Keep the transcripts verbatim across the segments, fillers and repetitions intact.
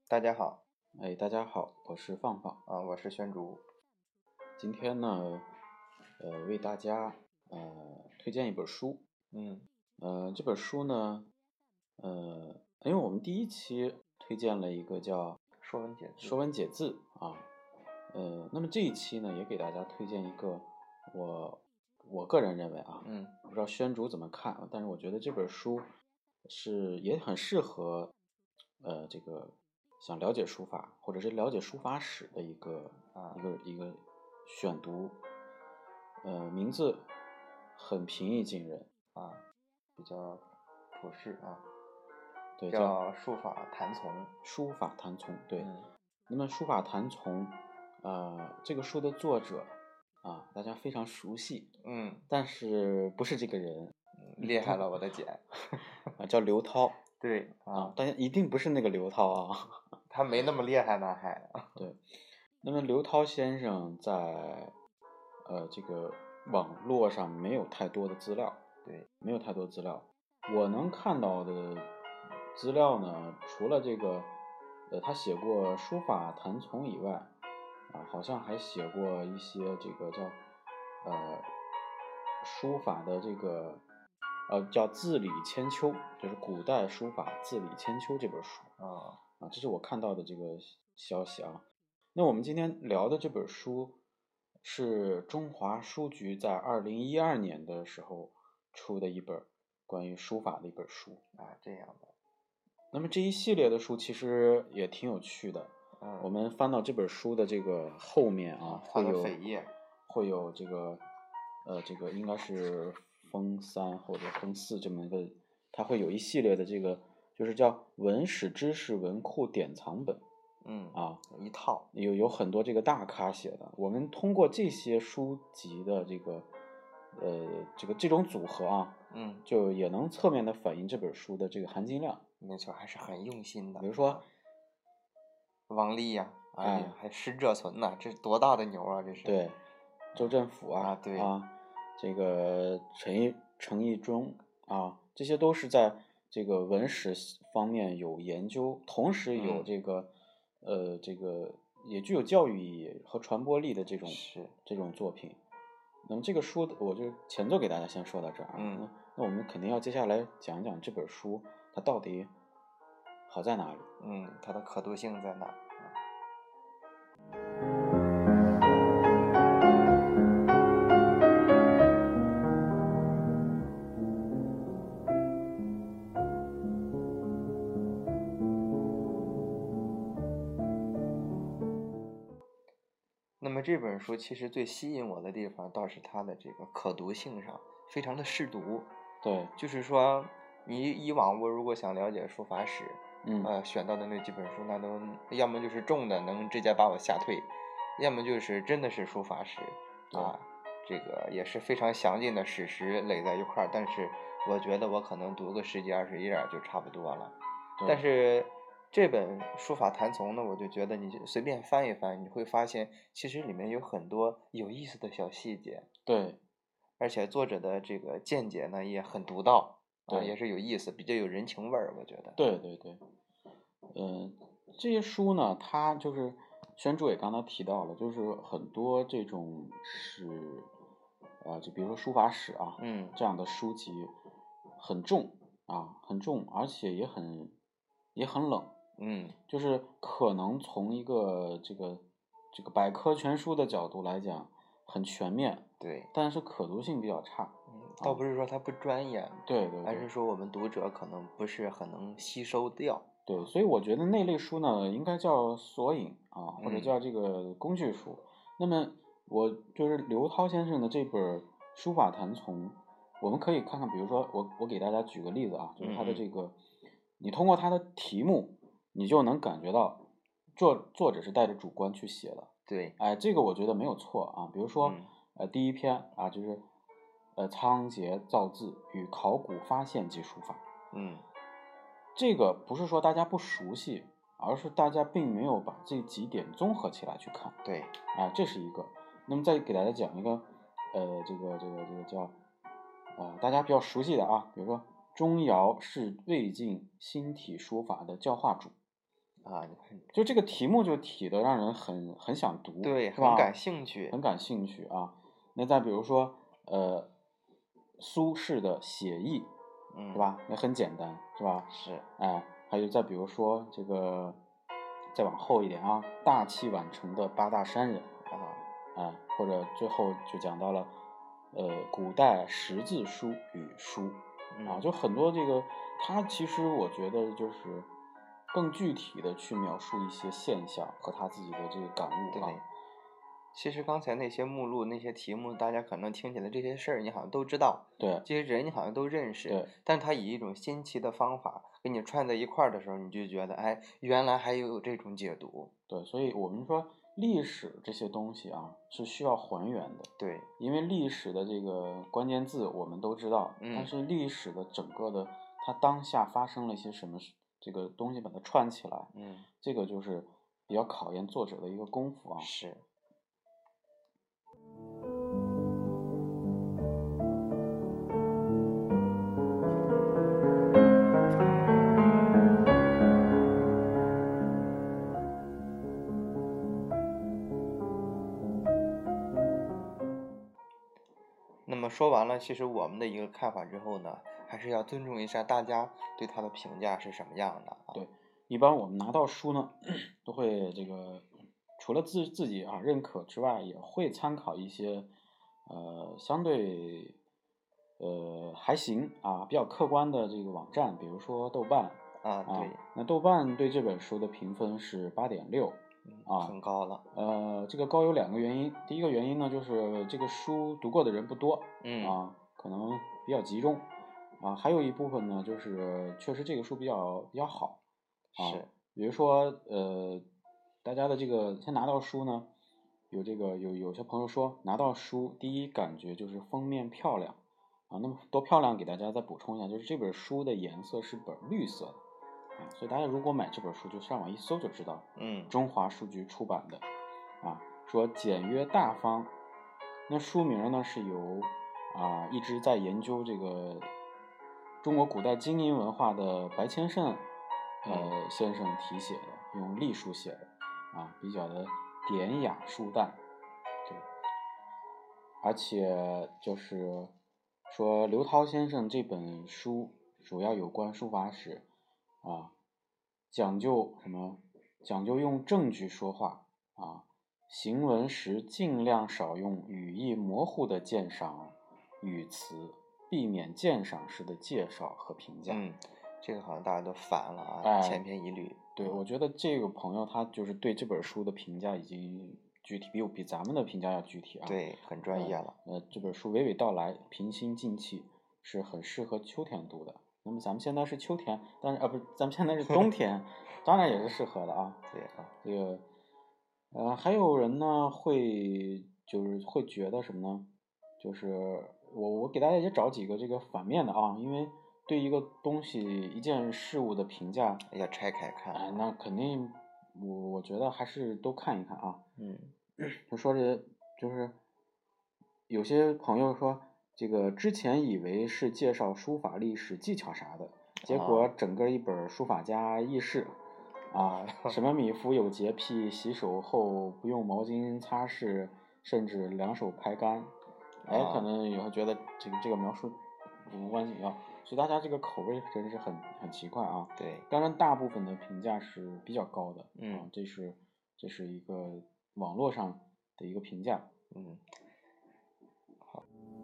大家好。 哎，大家好，我是放放啊，我是宣竹。 今天呢，呃，为大家呃推荐一本书。 嗯， 呃，这本书呢，呃，因为我们第一期推荐了一个叫说文解字。 说文解字啊，呃，那么这一期呢，也给大家推荐一个我我个人认为啊， 嗯， 不知道宣竹怎么看，但是我觉得这本书是也很适合呃这个想了解书法或者是了解书法史的一个啊一个一个选读。呃，名字很平易近人啊，比较普适啊。 对， 叫书法谭丛。 书法谭丛，对。 嗯， 那么书法谭丛，呃，这个书的作者啊，大家非常熟悉， 嗯， 但是不是这个人， 厉害了我的姐。 啊，叫刘涛。 对啊，大家一定不是那个刘涛啊。 他没那么厉害呢，还。 对，那么刘涛先生在呃这个网络上没有太多的资料， 对， 没有太多资料。我能看到的资料呢，除了这个，呃，他写过书法谭丛以外，啊，好像还写过一些这个叫呃书法的这个呃叫《字里千秋》，就是古代书法《字里千秋》这本书。 啊啊，这是我看到的这个消息啊。那我们今天聊的这本书是中华书局在二零一二年的时候出的一本关于书法的一本书啊，这样的。 那么这一系列的书其实也挺有趣的。 嗯， 我们翻到这本书的这个后面啊，会有扉页， 会有这个呃，这个应该是封三或者封四这么一个，它会有一系列的这个，就是叫文史知识文库典藏本。 嗯啊， 一套有有很多这个大咖写的。我们通过这些书籍的这个呃这个这种组合啊， 嗯， 就也能侧面的反映这本书的这个含金量。 没错，还是很用心的。 比如说王力呀，哎呀， 哎还施者存呐，这多大的牛啊，这是。 对，周振甫啊， 啊对啊，这个陈毅陈毅中啊，这些都是在这个文史方面有研究，同时有嗯这个、呃这个也具有教育意义和传播力的这种是这种作品。那么这个书我就前奏给大家先说到这儿啊， 嗯那那我们肯定要接下来讲一讲这本书它到底好在哪里。 嗯，它的可读性在哪？那么这本书其实最吸引我的地方，倒是它的这个可读性上非常的适读。 对， 就是说，你以往我如果想了解书法史， 嗯， 呃，选到的那几本书，那都要么就是重的，能直接把我吓退，要么就是真的是书法史啊，这个也是非常详尽的史实垒在一块儿。但是我觉得我可能读个十几二十页就差不多了。但是这本书法谭丛呢，我就觉得你就随便翻一翻，你会发现其实里面有很多有意思的小细节。 对， 而且作者的这个见解呢也很独到啊， 对也是有意思，比较有人情味儿，我觉得。 对对对，嗯、这些书呢，它就是宣主也刚才提到了，就是很多这种史，呃，就比如说书法史啊， 嗯， 这样的书籍很重啊，很重，而且也很也很冷， 嗯， 就是可能从一个这个这个百科全书的角度来讲很全面， 对， 但是可读性比较差。 嗯，倒不是说它不专业， 对对对， 而是说我们读者可能不是很能吸收掉。 对，所以我觉得那类书呢，应该叫索引啊，或者嗯叫这个工具书。那么我就是刘涛先生的这本书法谭丛，我们可以看看，比如说我我给大家举个例子啊，就是他的这个，你通过他的题目，你就能感觉到作作者是带着主观去写的。 对， 哎，这个我觉得没有错啊。比如说， 嗯呃，第一篇啊，就是呃仓颉造字与考古发现及书法。 嗯这个不是说大家不熟悉，而是大家并没有把这几点综合起来去看。 对， 啊，这是一个。那么再给大家讲一个，呃，这个这个这个叫，呃，大家比较熟悉的啊，比如说钟繇是魏晋新体书法的教化主。 啊， 就这个题目就提的让人很很想读， 对， 是吧？ 很感兴趣， 很感兴趣啊。那再比如说，呃，苏轼的写意， 嗯， 是吧？那很简单，是吧？ 是， 哎，还有再比如说这个，再往后一点啊，大器晚成的八大山人啊， 哎，或者最后就讲到了，呃，古代识字书与书。啊， 嗯， 就很多这个，他其实我觉得就是更具体的去描述一些现象和他自己的这个感悟对。 啊。 其实刚才那些目录、那些题目，大家可能听起来这些事儿，你好像都知道， 对， 这些人你好像都认识， 对， 但是他以一种新奇的方法给你串在一块儿的时候，你就觉得，哎，原来还有这种解读。 对，所以我们说历史这些东西啊是需要还原的， 对， 因为历史的这个关键字我们都知道， 嗯但是历史的整个的它当下发生了一些什么事，这个东西把它串起来， 嗯， 这个就是比较考验作者的一个功夫啊。 是。那么说完了，其实我们的一个看法之后呢，还是要尊重一下大家对他的评价是什么样的啊。 对，一般我们拿到书呢，都会这个除了自自己啊认可之外，也会参考一些呃相对呃还行啊比较客观的这个网站，比如说豆瓣啊，对， 那豆瓣对这本书的评分是八点六啊， 很高了。 呃，这个高有两个原因，第一个原因呢就是这个书读过的人不多， 嗯啊，可能比较集中。啊，还有一部分呢，就是确实这个书比较比较好，啊， 是， 比如说呃，大家的这个先拿到书呢，有这个有有些朋友说拿到书第一感觉就是封面漂亮，啊，那么多漂亮给大家再补充一下，就是这本书的颜色是本绿色的，啊，所以大家如果买这本书就上网一搜就知道， 嗯， 中华书局出版的，啊，说简约大方，那书名呢是由啊一直在研究这个。中国古代金银文化的白谦慎，呃先生题写的，用隶书写的，啊，比较的典雅舒淡，对，而且就是说刘涛先生这本书主要有关书法史，啊，讲究什么？讲究用证据说话啊，行文时尽量少用语义模糊的鉴赏语词。避免鉴赏时的介绍和评价。 嗯，这个好像大家都烦了啊， 哎、 千篇一律。 对，我觉得这个朋友他就是对这本书的评价已经具体，比比咱们的评价要具体啊。 对，很专业了。 呃，呃这本书娓娓道来，平心静气，是很适合秋天读的。那么咱们现在是秋天，但是啊不是，咱们现在是冬天，当然也是适合的啊。 对啊， 这个，呃，还有人呢会就是会觉得什么呢？就是我我给大家也找几个这个反面的啊，因为对一个东西一件事物的评价要拆开看。 哎，那肯定我我觉得还是都看一看啊。 嗯， 就说这就是有些朋友说这个之前以为是介绍书法历史技巧啥的，结果整个一本书法家轶事啊，什么米芾有洁癖，洗手后不用毛巾擦拭，甚至两手拍干。哎，可能以后觉得这个这个描述无关紧要，所以大家这个口味真是很很奇怪啊。 对， 当然大部分的评价是比较高的， 嗯， 啊，这是这是一个网络上的一个评价， 嗯，好。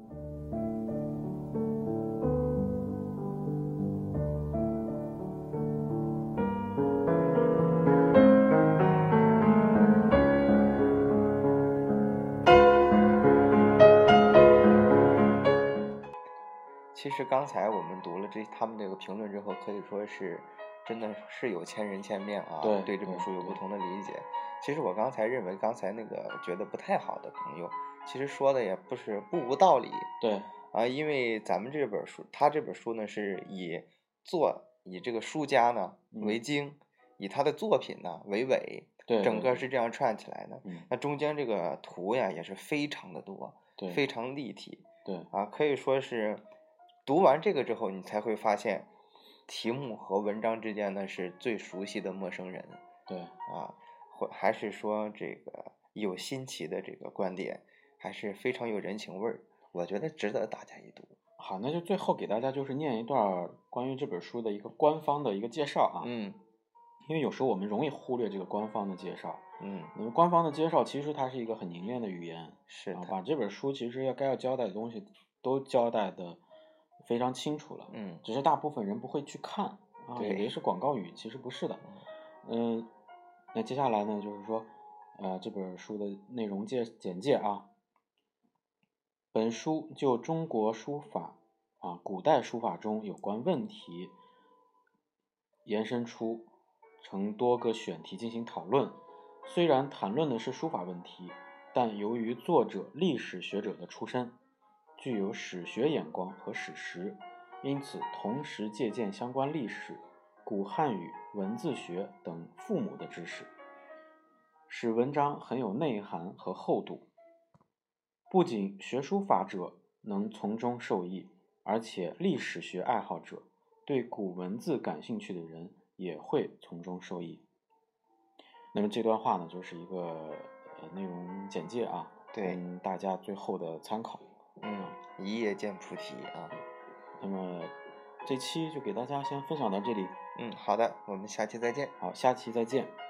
其实刚才我们读了这他们这个评论之后，可以说是真的是有千人千面啊， 对， 对这本书有不同的理解。其实我刚才认为，刚才那个觉得不太好的朋友，其实说的也不是不无道理。 对啊，因为咱们这本书，他这本书呢是以作以这个书家呢为经，嗯、以他的作品呢为尾， 对， 整个是这样串起来的。 嗯、 那中间这个图呀也是非常的多， 对， 非常立体。 对啊，可以说是读完这个之后，你才会发现题目和文章之间呢是最熟悉的陌生人。 对啊，或还是说这个有新奇的这个观点，还是非常有人情味儿，我觉得值得大家一读。 好，那就最后给大家就是念一段关于这本书的一个官方的一个介绍啊。 嗯因为有时候我们容易忽略这个官方的介绍。 嗯， 嗯，官方的介绍其实它是一个很凝练的语言，啊， 是的， 把这本书其实要该要交代的东西都交代的非常清楚了。 嗯， 只是大部分人不会去看啊，以为对， 是广告语，其实不是的。嗯，那接下来呢，就是说，呃，这本书的内容介简介啊。本书就中国书法啊，古代书法中有关问题延伸出成多个选题进行讨论。虽然谈论的是书法问题，但由于作者历史学者的出身，具有史学眼光和史实，因此同时借鉴相关历史、古汉语、文字学等父母的知识，使文章很有内涵和厚度。不仅学书法者能从中受益，而且历史学爱好者、对古文字感兴趣的人也会从中受益。那么这段话呢，就是一个呃内容简介啊， 对， 供大家最后的参考。 嗯，一叶见菩提啊。 那么这期就给大家先分享到这里， 嗯，好的，我们下期再见。 好，下期再见。